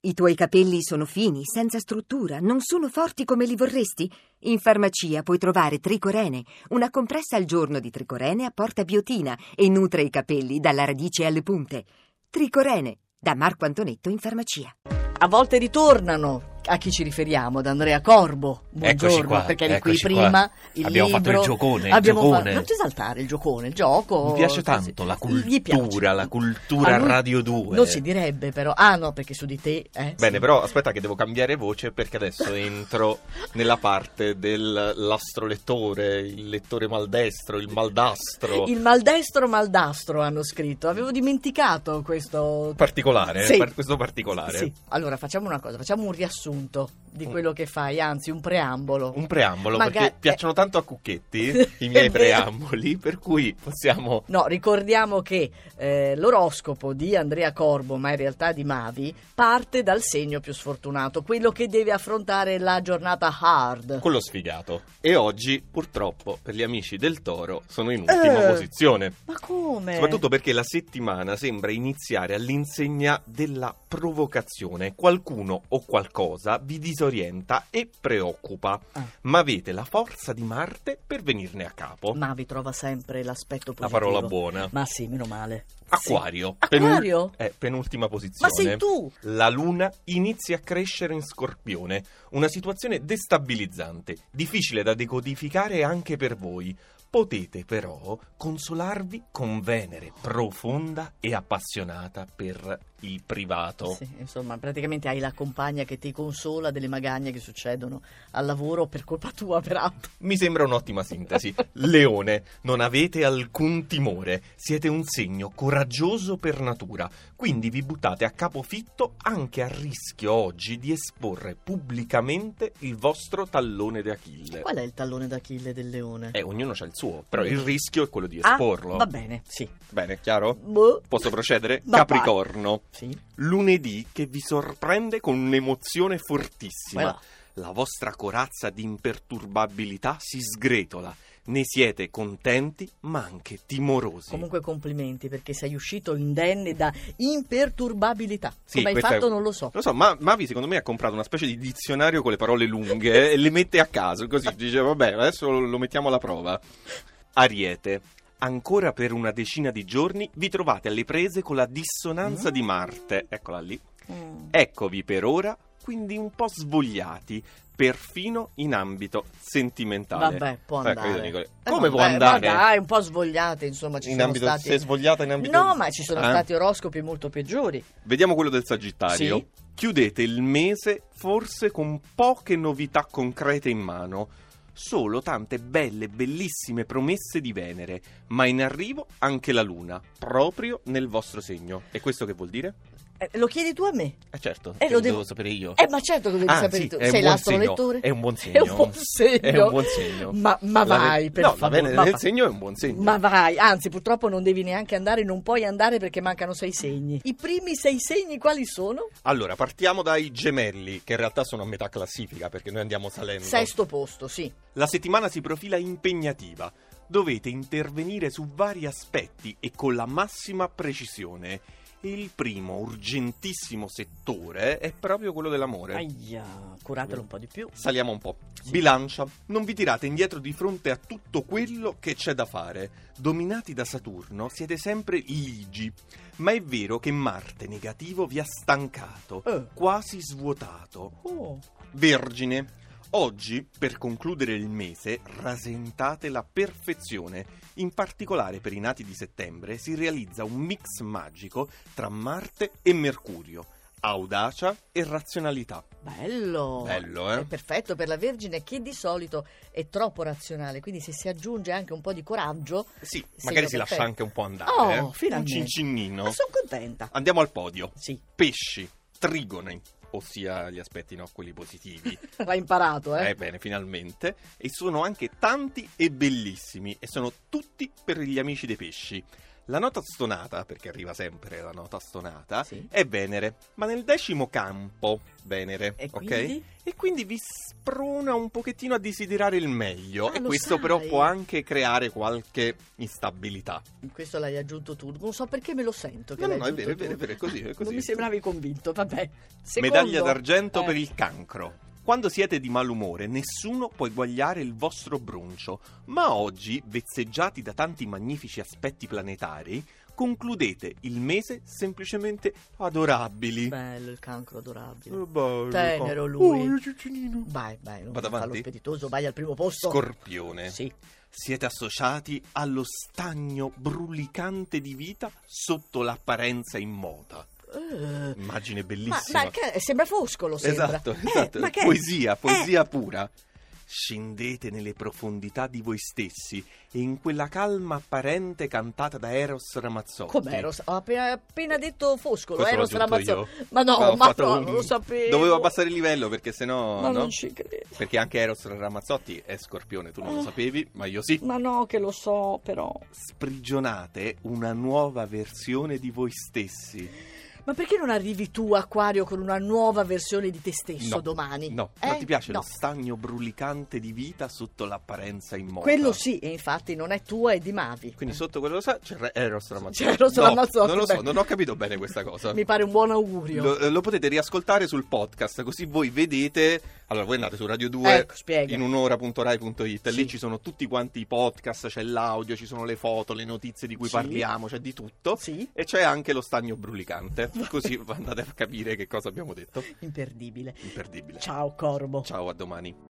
I tuoi capelli sono fini, senza struttura, non sono forti come li vorresti? In farmacia puoi trovare Tricorene, una compressa al giorno di Tricorene apporta biotina e nutre i capelli dalla radice alle punte. Tricorene, da Marco Antonetto in farmacia. A volte ritornano. A chi ci riferiamo? Ad Andrea Corbo. Buongiorno, Qua, perché eri qui qua. prima. Abbiamo fatto il giocone. Non ti esaltare il giocone, il gioco. Mi piace tanto la cultura, la cultura Radio 2. Non si direbbe però. Ah no, perché su di te. Bene, sì. però aspetta che devo cambiare voce perché adesso entro nella parte dell'astrolettore, il lettore maldestro, il maldastro. Il maldestro hanno scritto. Avevo dimenticato questo particolare. Sì. Questo particolare. Sì. Allora facciamo una cosa, facciamo un riassunto di quello che fai, anzi un preambolo. Un preambolo, Magari... perché piacciono tanto a Cucchetti i miei preamboli, per cui possiamo... No, ricordiamo che l'oroscopo di Andrea Corbo, ma in realtà di Mavi, parte dal segno più sfortunato, quello che deve affrontare la giornata hard. Quello sfigato. E oggi, purtroppo, per gli amici del Toro, sono in ultima posizione. Ma come? Soprattutto perché la settimana sembra iniziare all'insegna della provocazione. Qualcuno o qualcosa vi disorienta e preoccupa, ma avete la forza di Marte per venirne a capo. Mavi trova sempre l'aspetto positivo. La parola buona. Ma sì, meno male. Acquario. Sì. Acquario? Penultima posizione. Ma sei tu! La Luna inizia a crescere in Scorpione. Una situazione destabilizzante, difficile da decodificare anche per voi. Potete però consolarvi con Venere, profonda e appassionata per il privato. Sì, insomma, praticamente hai la compagna che ti consola delle magagne che succedono al lavoro per colpa tua, peraltro. Mi sembra un'ottima sintesi. Leone, non avete alcun timore, siete un segno coraggioso per natura, quindi vi buttate a capofitto anche a rischio oggi di esporre pubblicamente il vostro tallone d'Achille. Qual è il tallone d'Achille del leone? Ognuno c'ha il suo, però il rischio è quello di esporlo. Va bene, sì. Bene, chiaro? Boh. Posso procedere? Ma Capricorno. Sì. Lunedì che vi sorprende con un'emozione fortissima. Voilà. La vostra corazza di imperturbabilità si sgretola. Ne siete contenti, ma anche timorosi. Comunque complimenti, perché sei uscito indenne da imperturbabilità. Sì, come hai fatto non lo so. Lo so, ma Mavi secondo me ha comprato una specie di dizionario con le parole lunghe e le mette a caso, così dice vabbè, adesso lo mettiamo alla prova. Ariete. Ancora per una decina di giorni vi trovate alle prese con la dissonanza di Marte. Eccola lì. Eccovi per ora, quindi un po' svogliati, perfino in ambito sentimentale. Vabbè, può andare. Come può andare? Ma dai, un po' svogliate, insomma, ci in sono ambito, stati... sei svogliata in ambito... No, ma ci sono stati oroscopi molto peggiori. Vediamo quello del Sagittario. Sì. Chiudete il mese forse con poche novità concrete in mano. Solo tante bellissime promesse di Venere, ma in arrivo anche la Luna, proprio nel vostro segno. E questo che vuol dire? Lo chiedi tu a me? Certo, lo devo sapere io. Ma certo che devi sapere sì, tu. È Sei un buon l'astrolettore? È un buon segno. È un buon segno. È un buon segno. Ma vai, per favore. Va bene, nel segno è un buon segno. Ma vai, anzi, purtroppo non devi neanche andare, non puoi andare perché mancano 6 segni. I primi 6 segni quali sono? Allora, partiamo dai Gemelli, che in realtà sono a metà classifica perché noi andiamo salendo. 6° posto, sì. La settimana si profila impegnativa. Dovete intervenire su vari aspetti e con la massima precisione. E il primo urgentissimo settore è proprio quello dell'amore. Aia, curatelo un po' di più. Saliamo un po'. Sì. Bilancia, non vi tirate indietro di fronte a tutto quello che c'è da fare. Dominati da Saturno siete sempre ligi, ma è vero che Marte negativo vi ha stancato, quasi svuotato. Vergine, oggi, per concludere il mese, rasentate la perfezione. In particolare per i nati di settembre si realizza un mix magico tra Marte e Mercurio. Audacia e razionalità. Bello, eh? È perfetto per la Vergine, che di solito è troppo razionale, quindi se si aggiunge anche un po' di coraggio... Sì, magari si lascia anche un po' andare. Finalmente. Un cincinnino. Ma sono contenta. Andiamo al podio. Sì. Pesci, trigoni, ossia gli aspetti, no, quelli positivi. L'hai imparato, Bene, finalmente. E sono anche tanti e bellissimi, e sono tutti per gli amici dei pesci. La nota stonata, perché arriva sempre la nota stonata, Sì. è Venere, ma nel 10° campo Venere, E ok? quindi? E quindi vi sprona un pochettino a desiderare il meglio, e Lo questo sai. però può anche creare qualche instabilità. Questo l'hai aggiunto tu, non so perché me lo sento che No, l'hai no, è aggiunto vero, è tu. vero, è così, è così. Non mi sembravi convinto, vabbè. Secondo, Medaglia d'argento per eh, il cancro. Quando siete di malumore, nessuno può eguagliare il vostro broncio, ma oggi, vezzeggiati da tanti magnifici aspetti planetari, concludete il mese semplicemente adorabili. Bello il cancro, adorabile. Bello, Tenero oh, lui. il ciccinino. Vai, non Vado fa lo avanti? spiritoso, vai al primo posto. Scorpione. Sì. Siete associati allo stagno brulicante di vita sotto l'apparenza immota. Immagine bellissima. Ma che, sembra Foscolo, sembra. Esatto. Ma che Poesia pura. Scendete nelle profondità di voi stessi e in quella calma apparente cantata da Eros Ramazzotti. Come Eros? Ho appena detto Foscolo, Questo l'ho Eros aggiunto Ramazzotti. io. Ma no, Ho ma fatto no, non lo sapevo. Dovevo abbassare il livello perché sennò Ma no? non ci credo. Perché anche Eros Ramazzotti è Scorpione, tu non lo sapevi, ma io sì. Ma no, che lo so, però. Sprigionate una nuova versione di voi stessi. Ma perché non arrivi tu, Acquario, con una nuova versione di te stesso No, domani? No, non ti piace No. lo stagno brulicante di vita sotto l'apparenza immota? Quello sì, e infatti non è tua, è di Mavi. Quindi sotto quello c'è Eros Ramazzotti. C'è Eros No, Ramazzotti, non lo so, beh. non ho capito bene questa cosa. Mi pare un buon augurio. Lo potete riascoltare sul podcast, così voi vedete. Allora, voi andate su Radio 2 Ecco, spiega. in un'ora.rai.it. Sì. Lì ci sono tutti quanti i podcast, c'è l'audio, ci sono le foto, le notizie di cui Sì. parliamo, c'è di tutto. Sì. E c'è anche lo stagno brulicante. Così andate a capire che cosa abbiamo detto. Imperdibile. Imperdibile. Ciao, Corbo. Ciao, a domani.